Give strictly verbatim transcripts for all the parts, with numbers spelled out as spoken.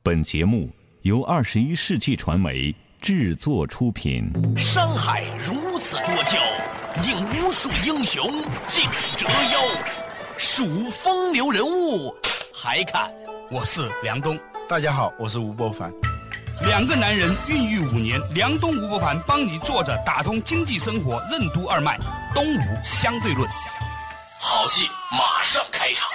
本节目由二十一世纪传媒制作出品。 山海如此多娇，引无数英雄竞折腰。数风流人物，还看我是梁东。 大家好，我是吴伯凡。 两个男人孕育五年，梁东吴伯凡帮你坐着打通经济生活任督二脉，东吴相对论。 好戏马上开场。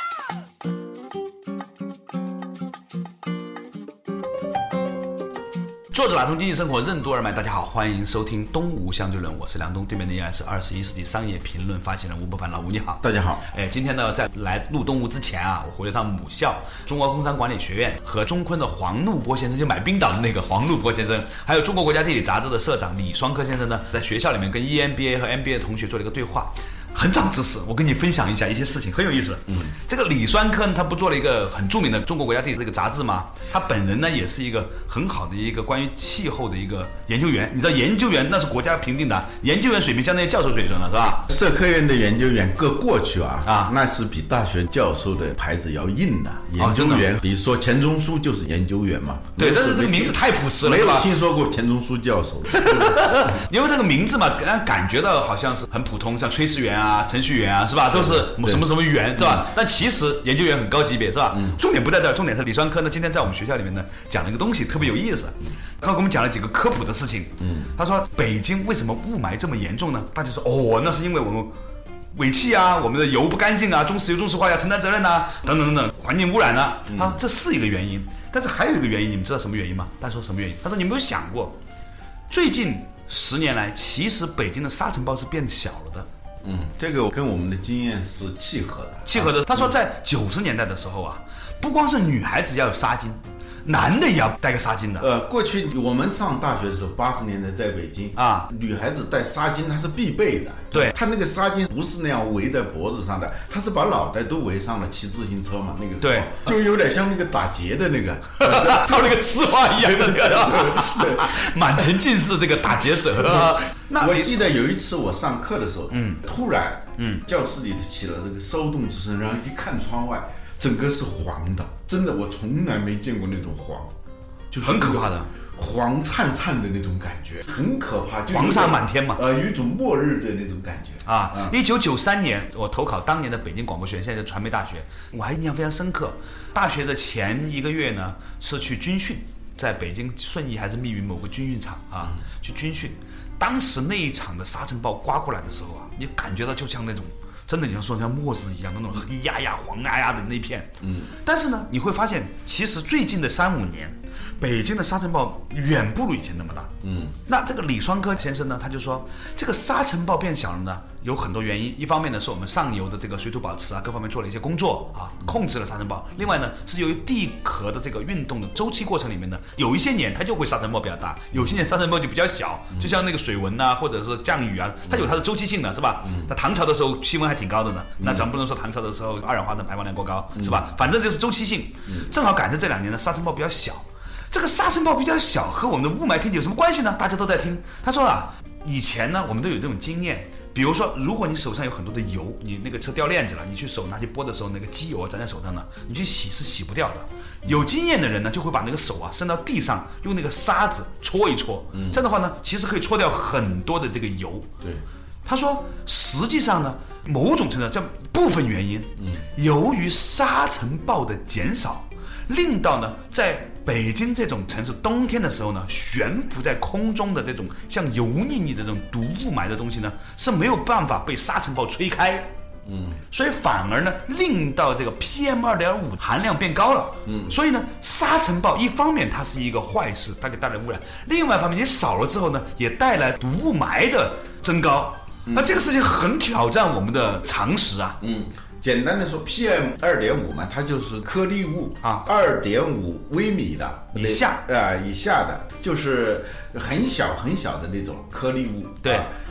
作者打通经济生活任督二脉，大家好，欢迎收听东吴相对论，我是梁东，对面的依然是二十一世纪商业评论发行人吴伯凡，老吴你好。 大家好。 哎，今天呢，在来录东吴之前啊，我回了趟母校中国工商管理学院，和中昆的黄怒波先生，就买冰岛的那个黄怒波先生，还有中国国家地理杂志的社长李双科先生呢，在学校里面跟 E M B A 和 M B A 的同学做了一个对话。很长知识，我跟你分享一下一些事情，很有意思。嗯，这个李双科呢，他不做了一个很著名的中国国家地理这个杂志吗？他本人呢，也是一个很好的一个关于气候的一个研究员。你知道研究员那是国家评定的，研究员水平相当于教授水准了，是吧？ 社科院的研究员搁过去啊啊， 那是比大学教授的牌子要硬的。研究员，比如说钱钟书就是研究员嘛。 对，但是这个名字太朴实了， 没有听说过钱钟书教授。 因为这个名字嘛，让人感觉到好像是很普通，像炊事员啊、程序员啊，是吧？都是什么什么员，是吧？但其实研究员很高级别，是吧？嗯、重点不在这儿，重点是李双科呢，今天在我们学校里面呢讲了一个东西，特别有意思。他给我们讲了几个科普的事情。嗯，他说北京为什么雾霾这么严重呢？大家说哦，那是因为我们尾气啊，我们的油不干净啊，中石油、中石化要承担责任啊，等等等等，环境污染啊，啊，这是一个原因。但是还有一个原因，你们知道什么原因吗？他说什么原因？他说你有没有想过，最近十年来，其实北京的沙尘暴是变小了的。 嗯，这个跟我们的经验是契合的， 契合的。他说，在九十年代的时候啊，不光是女孩子要有纱巾，男的也要戴个纱巾的。 呃，过去我们上大学的时候，八十年代在北京啊， 女孩子戴纱巾它是必备的。 对， 她那个纱巾不是那样围在脖子上的，她是把脑袋都围上了，骑自行车嘛，那个对， 就有点像那个打结的那个， 套那个丝袜一样的那个，满城尽是这个打结者。 那我记得有一次我上课的时候，嗯，突然，嗯，教室里起了这个骚动之声，然后一看窗外，整个是黄的，真的，我从来没见过那种黄， 就很可怕的黄灿灿的那种感觉，很可怕， 黄沙满天嘛， 呃，有一种末日的那种感觉啊。一九九三年，我投考当年的北京广播学院，现在的传媒大学，我还印象非常深刻。大学的前一个月呢，是去军训，在北京顺义还是密云某个军训场啊，去军训。当时那一场的沙尘暴刮过来的时候啊，你感觉到就像那种真的，你要说像末日一样那种黑压压、黄压压的那片。嗯，但是呢，你会发现，其实最近的三五年，北京的沙尘暴远不如以前那么大。嗯，那这个李双科先生呢，他就说，这个沙尘暴变小了呢，有很多原因。一方面呢，是我们上游的这个水土保持啊，各方面做了一些工作啊，控制了沙尘暴。另外呢，是由于地壳的这个运动的周期过程里面呢，有一些年它就会沙尘暴比较大，有些年沙尘暴就比较小。就像那个水文啊，或者是降雨啊，它有它的周期性的，是吧？那唐朝的时候气温还挺高的呢，那咱不能说唐朝的时候二氧化碳排放量过高，是吧？反正就是周期性。正好赶上这两年的沙尘暴比较小。这个沙尘暴比较小和我们的雾霾天气有什么关系呢？大家都在听。他说啊，以前呢我们都有这种经验，比如说如果你手上有很多的油，你那个车掉链子了，你去手拿去拨的时候，那个机油啊粘在手上呢，你去洗是洗不掉的。有经验的人呢，就会把那个手啊伸到地上，用那个沙子搓一搓，嗯、这样的话呢，其实可以搓掉很多的这个油。 对， 他说实际上呢，某种程度叫部分原因，嗯、由于沙尘暴的减少，令到呢在北京这种城市冬天的时候呢，悬浮在空中的这种像油腻腻的这种毒雾霾的东西呢，是没有办法被沙尘暴吹开。嗯，所以反而呢，令到这个 P M 二点五 含量变高了。嗯，所以呢，沙尘暴一方面它是一个坏事，它给带来污染；另外一方面，你少了之后呢，也带来毒雾霾的增高。嗯、那这个事情很挑战我们的常识啊。 嗯。简单的说 ，P M 二点五 嘛，它就是颗粒物啊，二点五微米的以下啊、呃、以下的，就是很小很小的那种颗粒物。 对， 啊、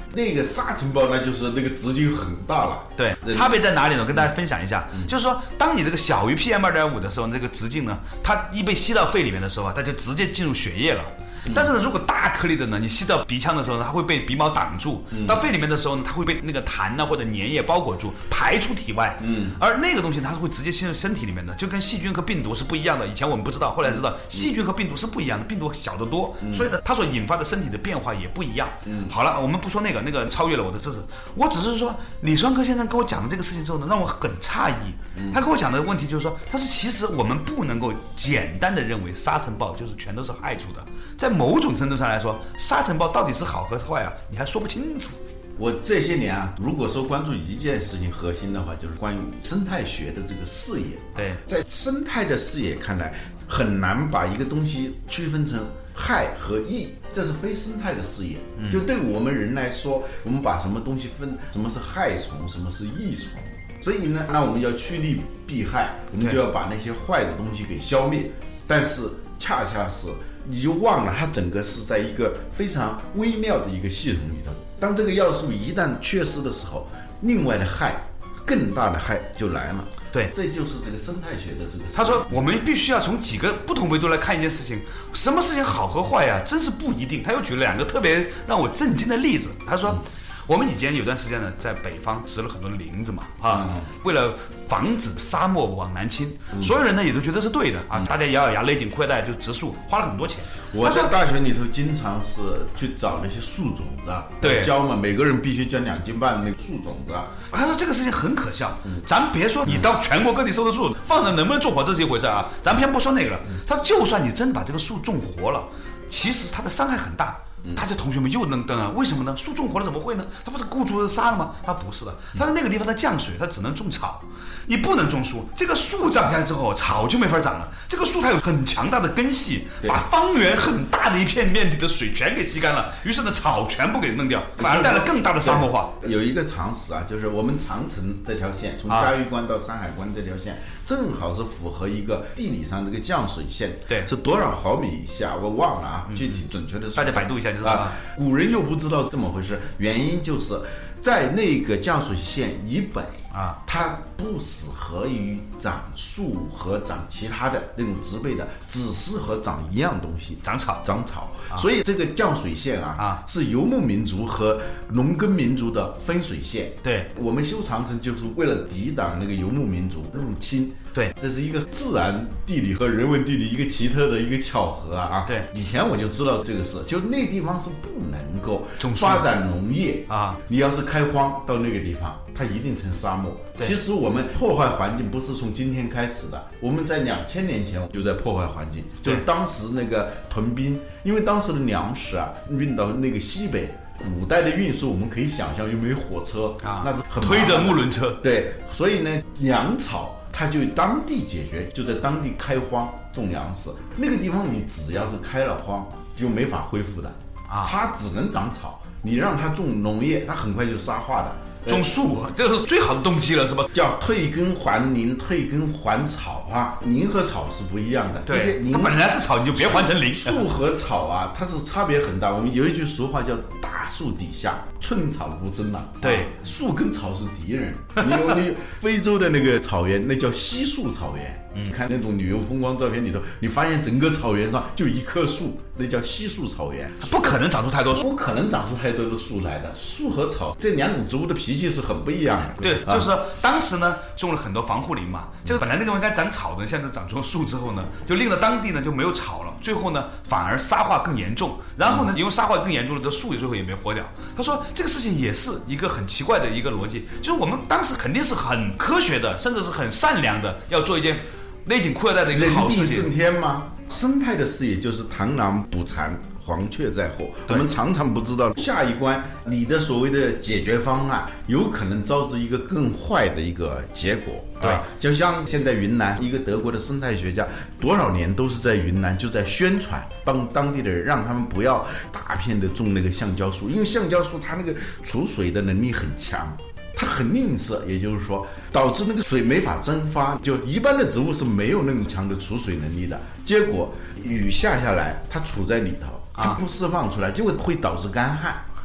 那个沙尘暴那就是那个直径很大了。 对，差别在哪里呢？我跟大家分享一下，嗯、就是说，当你这个小于 P M 二点五的时候，这个直径呢，它一被吸到肺里面的时候啊，它就直接进入血液了。但是呢，如果大颗粒的呢，你吸到鼻腔的时候呢，它会被鼻毛挡住；嗯、到肺里面的时候呢，它会被那个痰呐、啊、或者粘液包裹住，排出体外。嗯，而那个东西它是会直接进入身体里面的，就跟细菌和病毒是不一样的。以前我们不知道，后来知道细菌和病毒是不一样的，病毒小得多，嗯、所以呢，它所引发的身体的变化也不一样。嗯，好了，我们不说那个，那个超越了我的知识。我只是说，李双科先生跟我讲的这个事情之后呢，让我很诧异。嗯、他跟我讲的问题就是说，他说其实我们不能够简单的认为沙尘暴就是全都是害处的，在某种程度上来说，沙尘暴到底是好和坏啊，你还说不清楚。 我这些年啊，如果说关注一件事情核心的话，就是关于生态学的这个视野。 对， 在生态的视野看来，很难把一个东西区分成害和益，这是非生态的视野。嗯、就对我们人来说，我们把什么东西分，什么是害虫，什么是益虫。所以呢，那我们要趋利避害，我们就要把那些坏的东西给消灭。但是恰恰是你就忘了，它整个是在一个非常微妙的一个系统里头。当这个要素一旦缺失的时候，另外的害，更大的害就来了。 对， 这就是这个生态学的这个。 他说，我们必须要从几个不同维度来看一件事情，什么事情好和坏呀、啊，真是不一定。他又举了两个特别让我震惊的例子。他说。嗯我们以前有段时间呢，在北方植了很多的林子嘛，啊，嗯、为了防止沙漠往南侵，嗯、所有人呢也都觉得是对的啊，嗯、大家咬咬牙勒紧裤带就植树，花了很多钱。 我在大学里头经常是去找那些树种子，对，交嘛，每个人必须交两斤半那个树种子。 他说这个事情很可笑，嗯、咱别说你到全国各地收的树放着能不能种活，这是一回事啊，咱先不说那个了。他说就算你真把这个树种活了，其实它的伤害很大。大家同学们又愣瞪了，为什么呢？树种活了怎么会呢？它不是孤注杀了吗？它不是的，它在那个地方它降水，它只能种草，你不能种树。这个树长下来之后，草就没法长了。这个树它有很强大的根系，把方圆很大的一片面积的水全给吸干了，于是呢草全部给弄掉，反而带来更大的沙漠化。 有一个常识啊，就是我们长城这条线，从嘉峪关到山海关这条线。啊正好是符合一个地理上这个降水线， 对， 是多少毫米以下，我忘了啊，嗯、具体准确的数， 大家百度一下就知道了。 啊、古人又不知道这么回事，原因就是在那个降水线以北啊，它不适合于长树和长其他的那种植被的，只适合长一样东西， 长草， 长草。啊、所以这个降水线啊，啊是游牧民族和农耕民族的分水线。 对， 我们修长城就是为了抵挡那个游牧民族入侵。 对， 这是一个自然地理和人文地理一个奇特的一个巧合啊！ 对， 以前我就知道这个事，就那地方是不能够发展农业啊。你要是开荒到那个地方，它一定成沙漠。其实我们破坏环境不是从今天开始的，我们在两千年前就在破坏环境。就是当时那个屯兵，因为当时的粮食啊运到那个西北。古代的运输我们可以想象，又没有火车啊，那是很推着木轮车。 对，所以呢，粮草它就当地解决，就在当地开荒种粮食。那个地方你只要是开了荒，就没法恢复的啊，它只能长草。你让它种农业，它很快就沙化的。 种树，这是最好的动机了，是吧？ 叫退根还林，退根还草啊。林和草是不一样的。 对，它本来是草，你就别还成林。 树和草啊，它是差别很大。我们有一句俗话叫“大树底下寸草不生”嘛。 对， 树跟草是敌人。你有你非洲的那个草原，那叫稀树草原。你看那种旅游风光照片里头，你发现整个草原上就一棵树，那叫稀树草原。 不可能长出太多树， 不可能长出太多的树来的。树和草这两种植物的脾气是很不一样的。 对，就是说当时呢种了很多防护林嘛，就是本来那个地方该长草的，现在长出树之后呢，就令到当地呢就没有草了，最后呢反而沙化更严重，然后呢因为沙化更严重了，这树最后也没活掉。他说这个事情也是一个很奇怪的一个逻辑，就是我们当时肯定是很科学的，甚至是很善良的，要做一件勒紧裤带的一个好事情。 人定胜天吗？生态的视野就是螳螂捕蝉，黄雀在后。我们常常不知道下一关你的所谓的解决方案有可能招致一个更坏的一个结果。 对、啊， 就像现在云南一个德国的生态学家，多少年都是在云南就在宣传，帮当地的人让他们不要大片的种那个橡胶树，因为橡胶树它那个储水的能力很强。它很吝啬，也就是说，导致那个水没法蒸发。就一般的植物是没有那种强的储水能力的。结果雨下下来，它储在里头，它不释放出来，结果会导致干旱。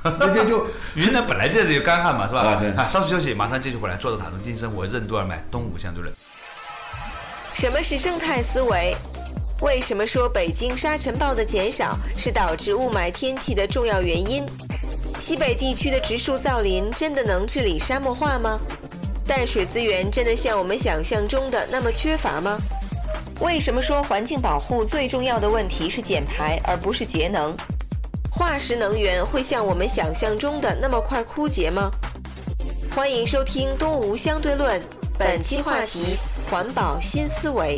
就就云呢本来就是有干旱嘛，是吧？ 啊，对啊，稍事休息，马上继续回来，坐着打通经济生活，任督二脉，东吴相对论。 什么是生态思维？为什么说北京沙尘暴的减少是导致雾霾天气的重要原因？西北地区的植树造林真的能治理沙漠化吗？淡水资源真的像我们想象中的那么缺乏吗？为什么说环境保护最重要的问题是减排而不是节能？化石能源会像我们想象中的那么快枯竭吗？欢迎收听《东吴相对论》，本期话题：环保新思维。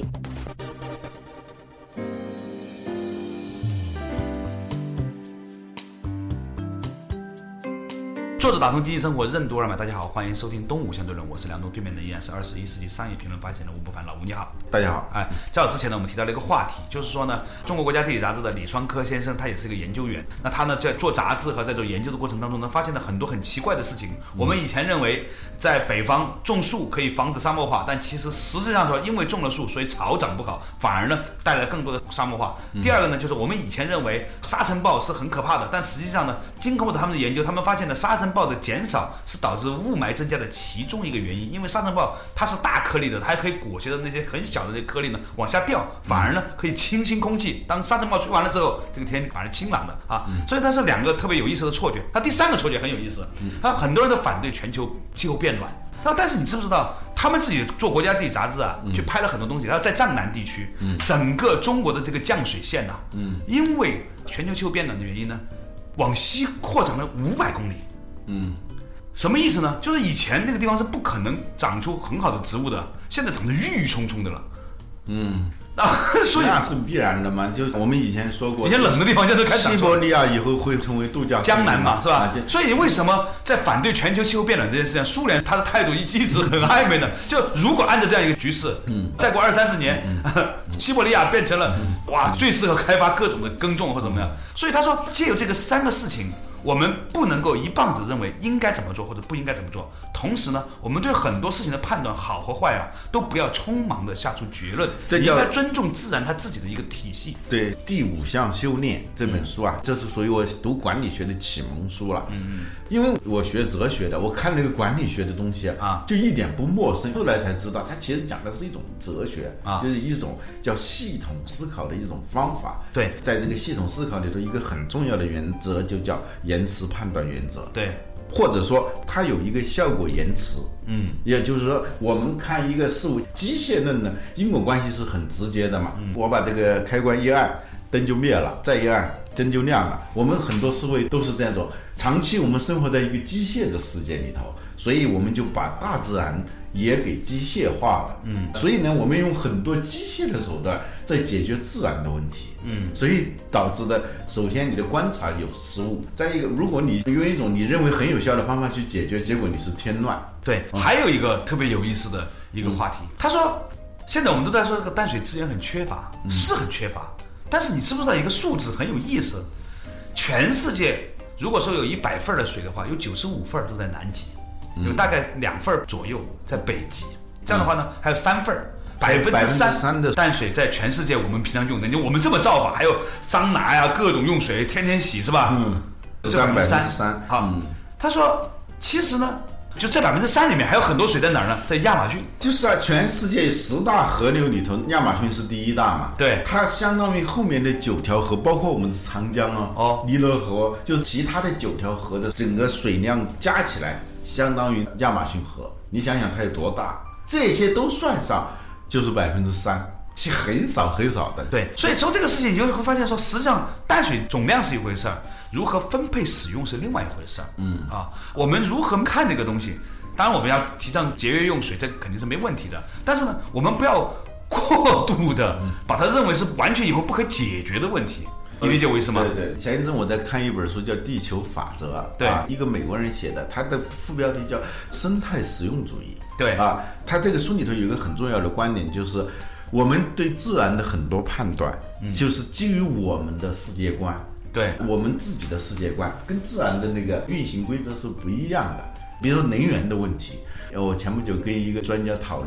作者打通经济生活，任督二脉。大家好，欢迎收听东吴相对论，我是梁东，对面的依然是二十一世纪商业评论发现人吴不凡，老吴你好。 大家好。 哎，在我之前呢，我们提到了一个话题，就是说呢，中国国家地理杂志的李双科先生，他也是一个研究员。那他呢，在做杂志和在做研究的过程当中呢，发现了很多很奇怪的事情。嗯、我们以前认为在北方种树可以防止沙漠化，但其实实际上说，因为种了树，所以草长不好，反而呢带来更多的沙漠化。嗯、第二个呢，就是我们以前认为沙尘暴是很可怕的，但实际上呢，经过他们的研究，他们发现了沙尘暴的减少是导致雾霾增加的其中一个原因。因为沙尘暴它是大颗粒的，它还可以裹挟着那些很小的那颗粒呢往下掉，反而呢可以清新空气。当沙尘暴吹完了之后，这个天反而清朗的啊，嗯、所以它是两个特别有意思的错觉。它第三个错觉很有意思，它很多人都反对全球气候变暖。那但是你知不知道，他们自己做国家地理杂志啊，去拍了很多东西。然后在藏南地区，嗯、整个中国的这个降水线呐、啊，嗯、因为全球气候变暖的原因呢，往西扩展了五百公里。嗯。什么意思呢？就是以前那个地方是不可能长出很好的植物的，现在长得郁郁葱葱的了。嗯，啊，所以那是必然的嘛。就我们以前说过， 以前冷的地方现在都开始长。 西伯利亚以后会成为度假江南嘛，是吧？ 啊、 所以为什么在反对全球气候变暖这件事情，苏联他的态度一直很暧昧的？就如果按照这样一个局势，嗯，再过二三十年，嗯、西伯利亚变成了、嗯、哇最适合开发各种的耕种或怎么样。所以他说，借由这个三个事情。我们不能够一棒子认为应该怎么做或者不应该怎么做，同时呢，我们对很多事情的判断好和坏啊，都不要匆忙的下出结论，应该尊重自然它自己的一个体系。 对，第五项修炼这本书啊，嗯、这是属于我读管理学的启蒙书了。嗯嗯，因为我学哲学的，我看那个管理学的东西啊，就一点不陌生。后来才知道，它其实讲的是一种哲学啊，就是一种叫系统思考的一种方法。 对， 在这个系统思考里头，一个很重要的原则就叫延迟判断原则。 对， 或者说它有一个效果延迟。嗯，也就是说，我们看一个事物，机械论呢，因果关系是很直接的嘛。嗯、我把这个开关一按，灯就灭了；再一按，灯就亮了。我们很多思维都是这样做。长期我们生活在一个机械的世界里头，所以我们就把大自然也给机械化了。嗯，所以呢，我们用很多机械的手段在解决自然的问题。嗯，所以导致的，首先你的观察有失误，再一个，如果你用一种你认为很有效的方法去解决，结果你是添乱。 对，嗯、还有一个特别有意思的一个话题，嗯、他说，现在我们都在说这个淡水资源很缺乏，嗯、是很缺乏，但是你知不知道一个数字很有意思？全世界如果说有一百份的水的话，有九十五份都在南极，嗯、有大概两份左右在北极，这样的话呢，还有三份。百分之三的淡水在全世界我们平常用的，就我们这么造法，还有桑拿呀，各种用水，天天洗是吧？嗯， 这百分之三。 好，嗯、他说，其实呢，就这百分之三里面还有很多水在哪儿呢？在亚马逊。 就是啊，全世界十大河流里头，亚马逊是第一大嘛。 对， 它相当于后面的九条河，包括我们的长江啊，哦，尼罗河，就其他的九条河的整个水量加起来，相当于亚马逊河。你想想它有多大？这些都算上。就是百分之三，其实很少很少的。 对，所以从这个事情你就会发现说，实际上淡水总量是一回事儿，如何分配使用是另外一回事儿。嗯啊，我们如何看这个东西？当然我们要提倡节约用水，这肯定是没问题的。但是呢，我们不要过度的把它认为是完全以后不可解决的问题。你理解我意思吗？ 对对，前一阵我在看一本书叫《地球法则》， 对、 啊，一个美国人写的，他的副标题叫生态实用主义。 对啊，他这个书里头有一个很重要的观点，就是我们对自然的很多判断，嗯、就是基于我们的世界观， 对， 我们自己的世界观跟自然的那个运行规则是不一样的。比如说能源的问题，我前不久跟一个专家讨论。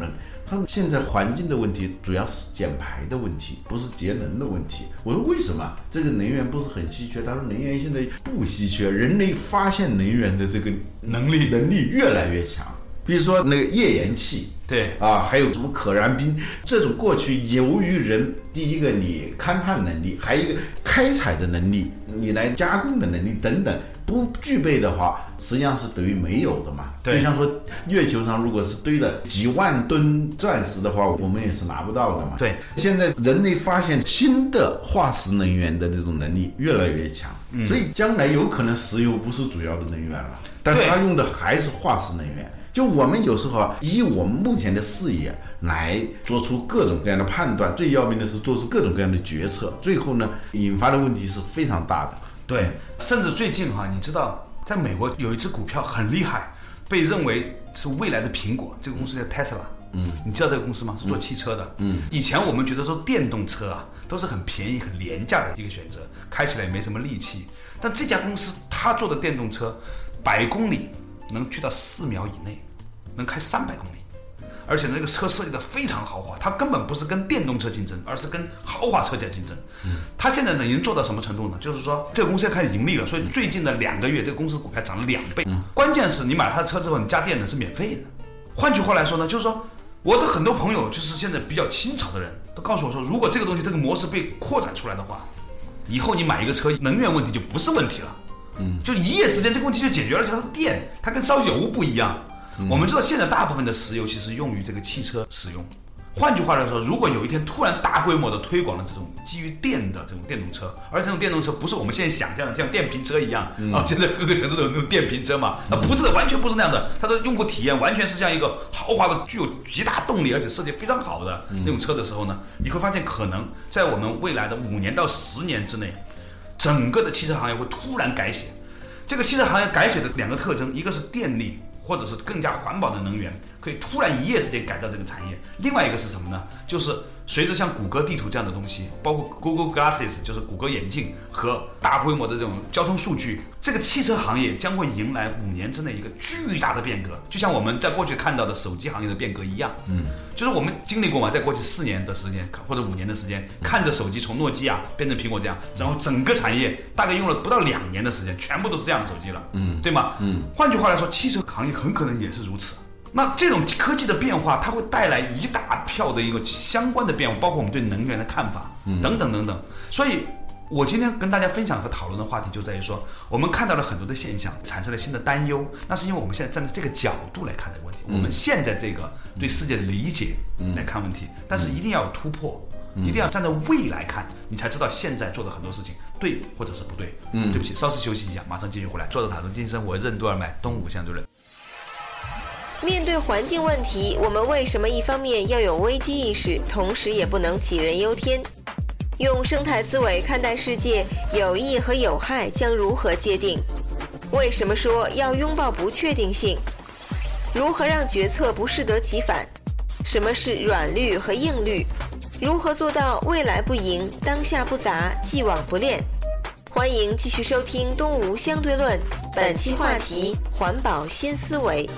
他说现在环境的问题主要是减排的问题，不是节能的问题。我说为什么？这个能源不是很稀缺？他说能源现在不稀缺，人类发现能源的这个能力能力越来越强。比如说那个页岩气， 对啊，还有什么可燃冰，这种过去由于人第一个你勘探能力，还有一个开采的能力，你来加工的能力等等不具备的话，实际上是等于没有的嘛。 对， 就像说月球上如果是堆了几万吨钻石的话，我们也是拿不到的嘛。 对， 现在人类发现新的化石能源的这种能力越来越强，嗯、所以将来有可能石油不是主要的能源了，但是它用的还是化石能源。就我们有时候啊，以我们目前的视野来做出各种各样的判断，最要命的是做出各种各样的决策，最后呢，引发的问题是非常大的。 对，甚至最近哈，你知道，在美国有一只股票很厉害，被认为是未来的苹果，这个公司叫 Tesla。嗯，你知道这个公司吗？是做汽车的。嗯，以前我们觉得说电动车啊都是很便宜、很廉价的一个选择，开起来也没什么力气。但这家公司它做的电动车，百公里能去到四秒以内，能开三百公里，而且那个车设计的非常豪华，它根本不是跟电动车竞争，而是跟豪华车价竞争。嗯，它现在呢已经做到什么程度呢？就是说这个公司要开始盈利了，所以最近的两个月这个公司股票涨了两倍。嗯，关键是你买了它的车之后，你加电呢是免费的。换句话来说呢，就是说我的很多朋友就是现在比较清潮的人都告诉我说，如果这个东西这个模式被扩展出来的话，以后你买一个车，能源问题就不是问题了。嗯，就一夜之间这个问题就解决了，它的电，它跟烧油不一样。嗯、我们知道现在大部分的石油其实用于这个汽车使用。换句话来说，如果有一天突然大规模的推广了这种基于电的这种电动车，而且这种电动车不是我们现在想象的像电瓶车一样、嗯、啊，现在各个城市都有那种电瓶车嘛，啊，不是的，完全不是那样的。它的用户体验完全是像一个豪华的、具有极大动力而且设计非常好的那种车的时候呢，你会发现可能在我们未来的五年到十年之内，整个的汽车行业会突然改写。这个汽车行业改写的两个特征，一个是电力或者是更加环保的能源，可以突然一夜之间改造这个产业。另外一个是什么呢？就是随着像谷歌地图这样的东西，包括 Google Glasses 就是谷歌眼镜和大规模的这种交通数据，这个汽车行业将会迎来五年之内一个巨大的变革，就像我们在过去看到的手机行业的变革一样。嗯，就是我们经历过嘛，在过去四年的时间或者五年的时间，看着手机从诺基亚变成苹果这样，然后整个产业大概用了不到两年的时间，全部都是这样的手机了。嗯，对吗？嗯，换句话来说，汽车行业很可能也是如此。那这种科技的变化，它会带来一大票的一个相关的变化，包括我们对能源的看法，等等等等。所以，我今天跟大家分享和讨论的话题就在于说，我们看到了很多的现象，产生了新的担忧。那是因为我们现在站在这个角度来看这个问题，我们现在这个对世界的理解来看问题，但是一定要有突破。一定要站在未来看，你才知道现在做的很多事情对或者是不对。嗯，对不起，稍事休息一下，马上继续回来。坐着塔中经济生活，任督二脉，东吴相对论。 面对环境问题，我们为什么一方面要有危机意识，同时也不能杞人忧天？用生态思维看待世界，有益和有害将如何界定？为什么说要拥抱不确定性？如何让决策不适得其反？什么是软绿和硬绿？如何做到未来不迎，当下不杂，既往不恋？欢迎继续收听《东吴相对论》，本期话题：环保新思维。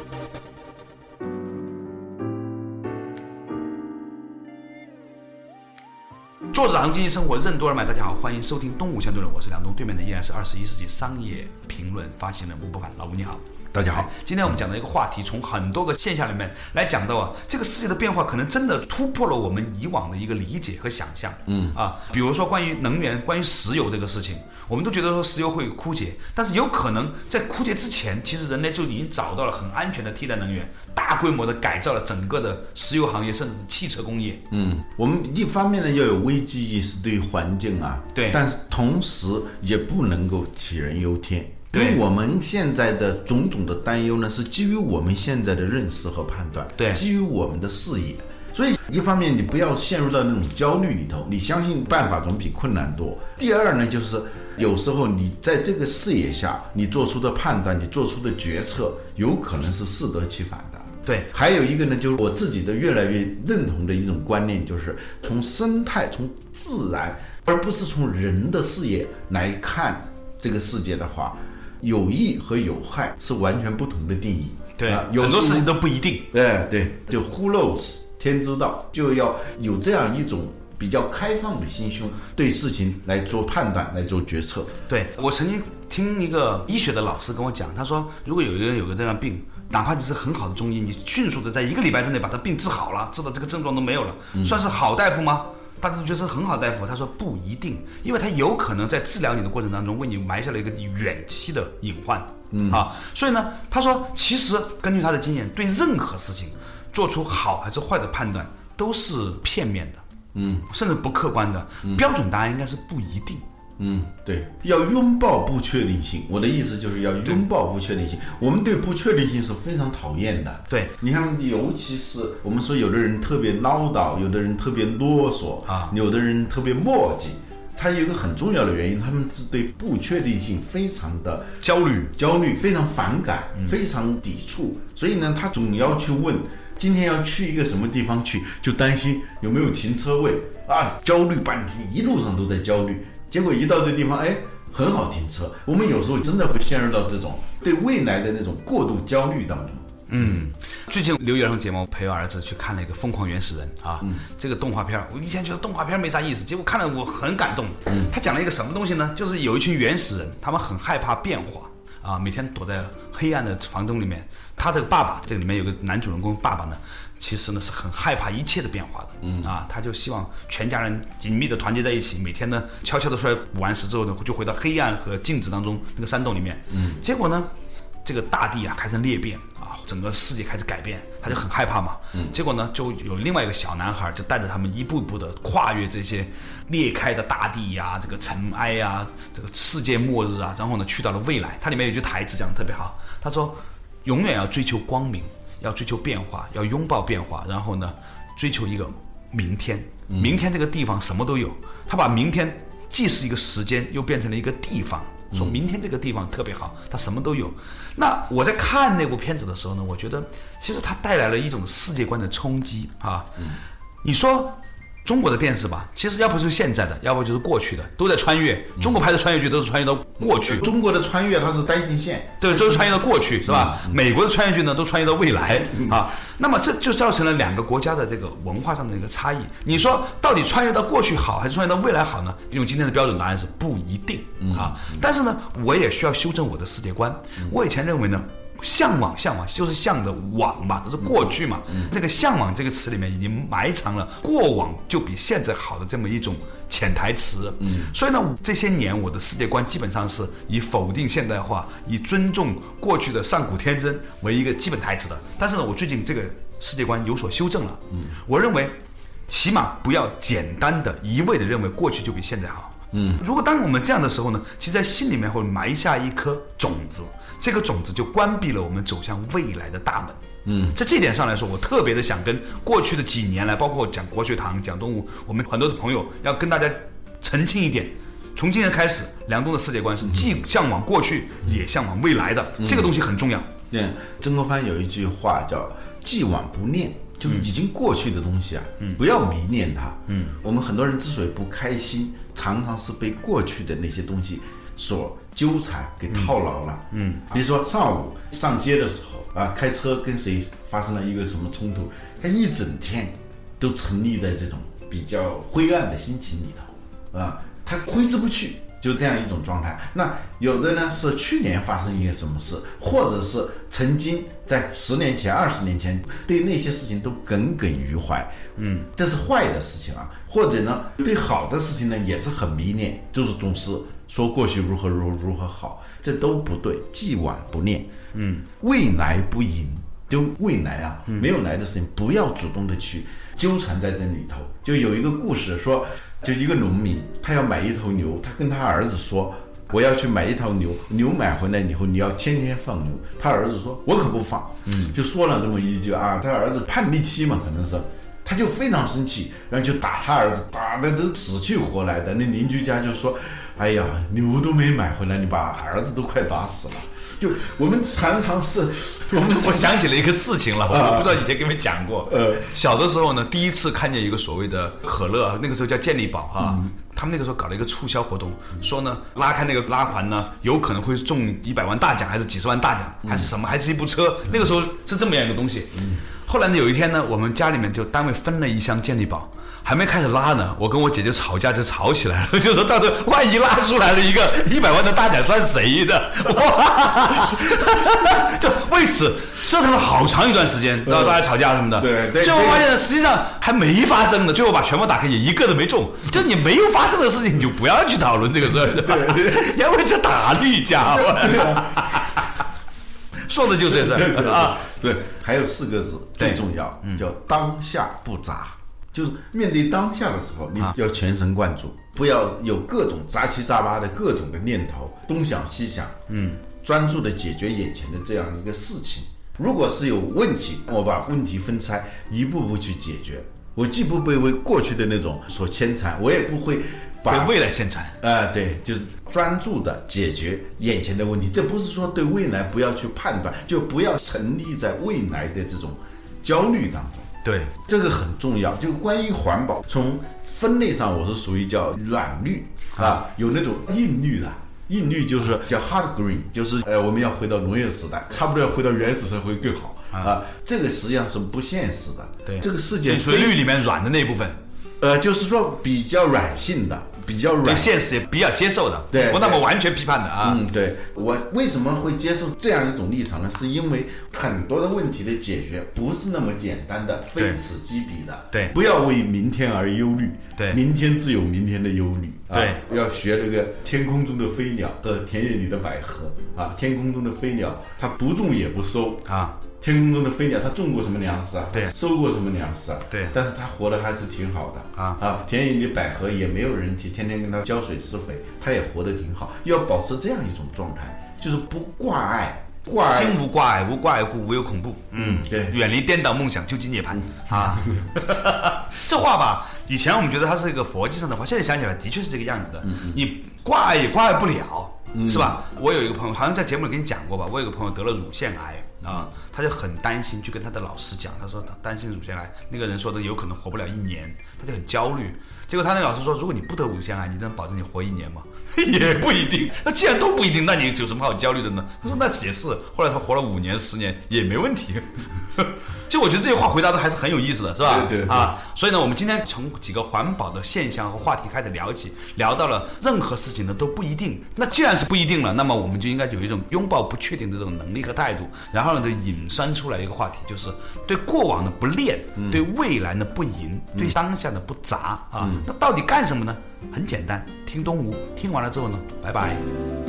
作者行经济生活任督二脉，大家好，欢迎收听《东吴相对论》，我是梁东，对面的依然是二十一世纪商业评论发行人吴伯凡，老吴你好。 大家好， 今天我们讲的一个话题，从很多个现象里面来讲到啊，这个世界的变化可能真的突破了我们以往的一个理解和想象。嗯啊，比如说关于能源、关于石油这个事情，我们都觉得说石油会枯竭，但是有可能在枯竭之前，其实人类就已经找到了很安全的替代能源，大规模的改造了整个的石油行业，甚至是汽车工业。嗯， 我们一方面呢要有危机意识，对环境啊， 对， 但是同时也不能够杞人忧天。因为我们现在的种种的担忧呢，是基于我们现在的认识和判断， 对， 基于我们的视野。所以一方面你不要陷入到那种焦虑里头，你相信办法总比困难多。第二呢，就是有时候你在这个视野下，你做出的判断，你做出的决策，有可能是适得其反的。 对， 还有一个呢，就是我自己的越来越认同的一种观念，就是从生态、从自然，而不是从人的视野来看这个世界的话，有益和有害是完全不同的定义。 对，啊、有很多事情都不一定。 对对，就 who knows 天之道，就要有这样一种比较开放的心胸，对事情来做判断，来做决策。 对，我曾经听一个医学的老师跟我讲，他说，如果有一个人有个这样病，哪怕你是很好的中医，你迅速的在一个礼拜之内把他病治好了，治到这个症状都没有了，嗯、算是好大夫吗？大家都觉得是很好的大夫，他说不一定，因为他有可能在治疗你的过程当中为你埋下了一个远期的隐患。嗯啊，所以呢，他说其实根据他的经验，对任何事情做出好还是坏的判断都是片面的。嗯，甚至不客观的、嗯、标准答案应该是不一定。 嗯，对，要拥抱不确定性。我的意思就是要拥抱不确定性。我们对不确定性是非常讨厌的。 对， 你看，尤其是我们说有的人特别唠叨，有的人特别啰嗦啊，有的人特别磨叽。它有一个很重要的原因，他们是对不确定性非常的焦虑， 焦虑非常反感，嗯、非常抵触。所以呢，他总要去问。今天要去一个什么地方去，就担心有没有停车位啊，焦虑半天，一路上都在焦虑。结果一到这地方，哎，很好停车。我们有时候真的会陷入到这种对未来的那种过度焦虑当中。 嗯，最近留儿童节目陪我儿子去看了一个《疯狂原始人》啊，嗯、这个动画片，我以前觉得动画片没啥意思，结果看了我很感动。嗯，他讲了一个什么东西呢？就是有一群原始人，他们很害怕变化。啊，每天躲在黑暗的房东里面。他的爸爸，这里面有个男主人公爸爸呢，其实呢是很害怕一切的变化的。嗯啊，他就希望全家人紧密的团结在一起，每天呢悄悄的出来补完食之后呢，就回到黑暗和静止当中那个山洞里面。嗯，结果呢，这个大地啊开始裂变啊，整个世界开始改变，他就很害怕嘛。嗯，结果呢，就有另外一个小男孩就带着他们一步一步的跨越这些裂开的大地呀、啊，这个尘埃呀、啊，这个世界末日啊，然后呢去到了未来。它里面有句台词讲得特别好，他说永远要追求光明，要追求变化，要拥抱变化，然后呢追求一个明天。明天这个地方什么都有，他把明天既是一个时间，又变成了一个地方。说明天这个地方特别好，它什么都有。那我在看那部片子的时候呢，我觉得其实它带来了一种世界观的冲击啊。你说中国的电视吧，其实要不就是现在的，要不就是过去的，都在穿越。中国拍的穿越剧都是穿越到过去。 中国的穿越它是单行线， 对，都是穿越到过去，是吧？嗯、美国的穿越剧呢，都穿越到未来、嗯、啊。那么这就造成了两个国家的这个文化上的一个差异。你说到底穿越到过去好，还是穿越到未来好呢？用今天的标准答案是不一定啊。嗯、但是呢，我也需要修正我的世界观。嗯、我以前认为呢。向往，向往就是向的往嘛，都是过去嘛。嗯、这个向往这个词里面已经埋藏了过往就比现在好的这么一种潜台词。嗯，所以呢，这些年我的世界观基本上是以否定现代化、以尊重过去的上古天真为一个基本台词的。但是呢，我最近这个世界观有所修正了。嗯，我认为起码不要简单的一味的认为过去就比现在好。嗯，如果当我们这样的时候呢，其实在心里面会埋下一颗种子。这个种子就关闭了我们走向未来的大门。嗯，在这点上来说，我特别的想跟过去的几年来，包括讲国学堂、讲动物，我们很多的朋友要跟大家澄清一点：从今天开始，梁冬的世界观是既向往过去，也向往未来的。嗯、这个东西很重要。 对，曾国藩有一句话叫“既往不念”，就是已经过去的东西啊，嗯、不要迷恋它。嗯，我们很多人之所以不开心，常常是被过去的那些东西所纠缠给套牢了。嗯，比如说上午上街的时候啊，开车跟谁发生了一个什么冲突，他一整天都沉溺在这种比较灰暗的心情里头啊，他挥之不去，就这样一种状态。那有的呢是去年发生一个什么事，或者是曾经在十年前、二十年前对那些事情都耿耿于怀。嗯，这是坏的事情啊。或者呢，对好的事情呢也是很迷恋，就是总是说过去如何如何如何好，这都不对。既往不念，嗯，未来不迎，就未来啊，没有来的事情不要主动的去纠缠在这里头。就有一个故事说，就一个农民他要买一头牛，他跟他儿子说，我要去买一头牛，牛买回来以后你要天天放牛。他儿子说，我可不放。嗯，就说了这么一句啊，他儿子叛逆期嘛，可能是。他就非常生气，然后就打他儿子，打的都死去活来的。那邻居家就说：“哎呀，牛都没买回来，你把儿子都快打死了。”就我们常常是，我们我想起了一个事情了，我不知道以前跟你们讲过。呃，小的时候呢，第一次看见一个所谓的可乐，那个时候叫健力宝哈、嗯，他们那个时候搞了一个促销活动，说呢拉开那个拉环呢，有可能会中一百万大奖，还是几十万大奖，还是什么，还是一部车。那个时候是这么样一个东西。嗯， 后来呢，有一天呢，我们家里面就单位分了一箱健力宝，还没开始拉呢，我跟我姐姐吵架就吵起来了，就说到时候万一拉出来了一个一百万的大奖算谁的？哇！就为此折腾了好长一段时间，然后大家吵架什么的。 对对。 最后发现实际上还没发生呢，最后把全部打开也一个都没中。就你没有发生的事情，你就不要去讨论这个事儿，对对，因为这打绿家伙。说的就这事儿啊。 对，还有四个字最重要，叫当下不杂。就是面对当下的时候，你要全神贯注，不要有各种杂七杂八的各种的念头，东想西想，嗯，专注的解决眼前的这样一个事情。如果是有问题，我把问题分拆，一步步去解决。我既不被为过去的那种所牵缠，我也不会把被未来牵缠。 啊、呃，对，就是专注的解决眼前的问题。这不是说对未来不要去判断，就不要沉溺在未来的这种焦虑当中。 对， 这个很重要。就关于环保，从分类上我是属于叫软绿啊，有那种硬绿的。硬绿就是叫 hard green， 就是呃我们要回到农业时代，差不多要回到原始社会更好啊。这个实际上是不现实的。 对， 这个世界属于绿里面软的那一部分， 呃，就是说比较软性的。比较软， 对现实也比较接受的， 对， 不那么完全批判的啊。 嗯，对，我为什么会接受这样一种立场呢？是因为很多的问题的解决不是那么简单的，非此即彼的。 对， 不要为明天而忧虑， 对， 明天自有明天的忧虑。 对， 啊、要学这个天空中的飞鸟和田野里的百合啊。天空中的飞鸟，它不种也不收啊。 天空中的飞鸟，它种过什么粮食啊？ 对， 收过什么粮食啊？ 对， 但是它活得还是挺好的啊啊！田野里的百合也没有人去天天跟它浇水施肥，它也活得挺好。要保持这样一种状态，就是不挂碍，挂碍心无挂碍，无挂碍故无有恐怖。 嗯，对， 远离颠倒梦想，究竟涅槃、嗯、啊！这话吧，以前我们觉得它是一个佛经上的话，现在想起来的确是这个样子的。嗯、你挂碍也挂碍不了。嗯、是吧？我有一个朋友，好像在节目里跟你讲过吧。我有一个朋友得了乳腺癌啊，他就很担心，去跟他的老师讲，他说他担心乳腺癌，那个人说的有可能活不了一年，他就很焦虑。结果他那个老师说，如果你不得乳腺癌，你能保证你活一年吗？也不一定。那既然都不一定，那你有什么好焦虑的呢？他说那也是。后来他活了五年、十年也没问题。就我觉得这些话回答的还是很有意思的，是吧？ 对对对啊，所以呢，我们今天从几个环保的现象和话题开始聊起，聊到了任何事情呢都不一定。那既然是不一定了，那么我们就应该有一种拥抱不确定的这种能力和态度，然后呢，就引申出来一个话题，就是对过往的不恋，嗯、对未来的不迎，嗯、对当下的不杂啊。嗯、那到底干什么呢？很简单，听东吴，听完了之后呢，拜拜。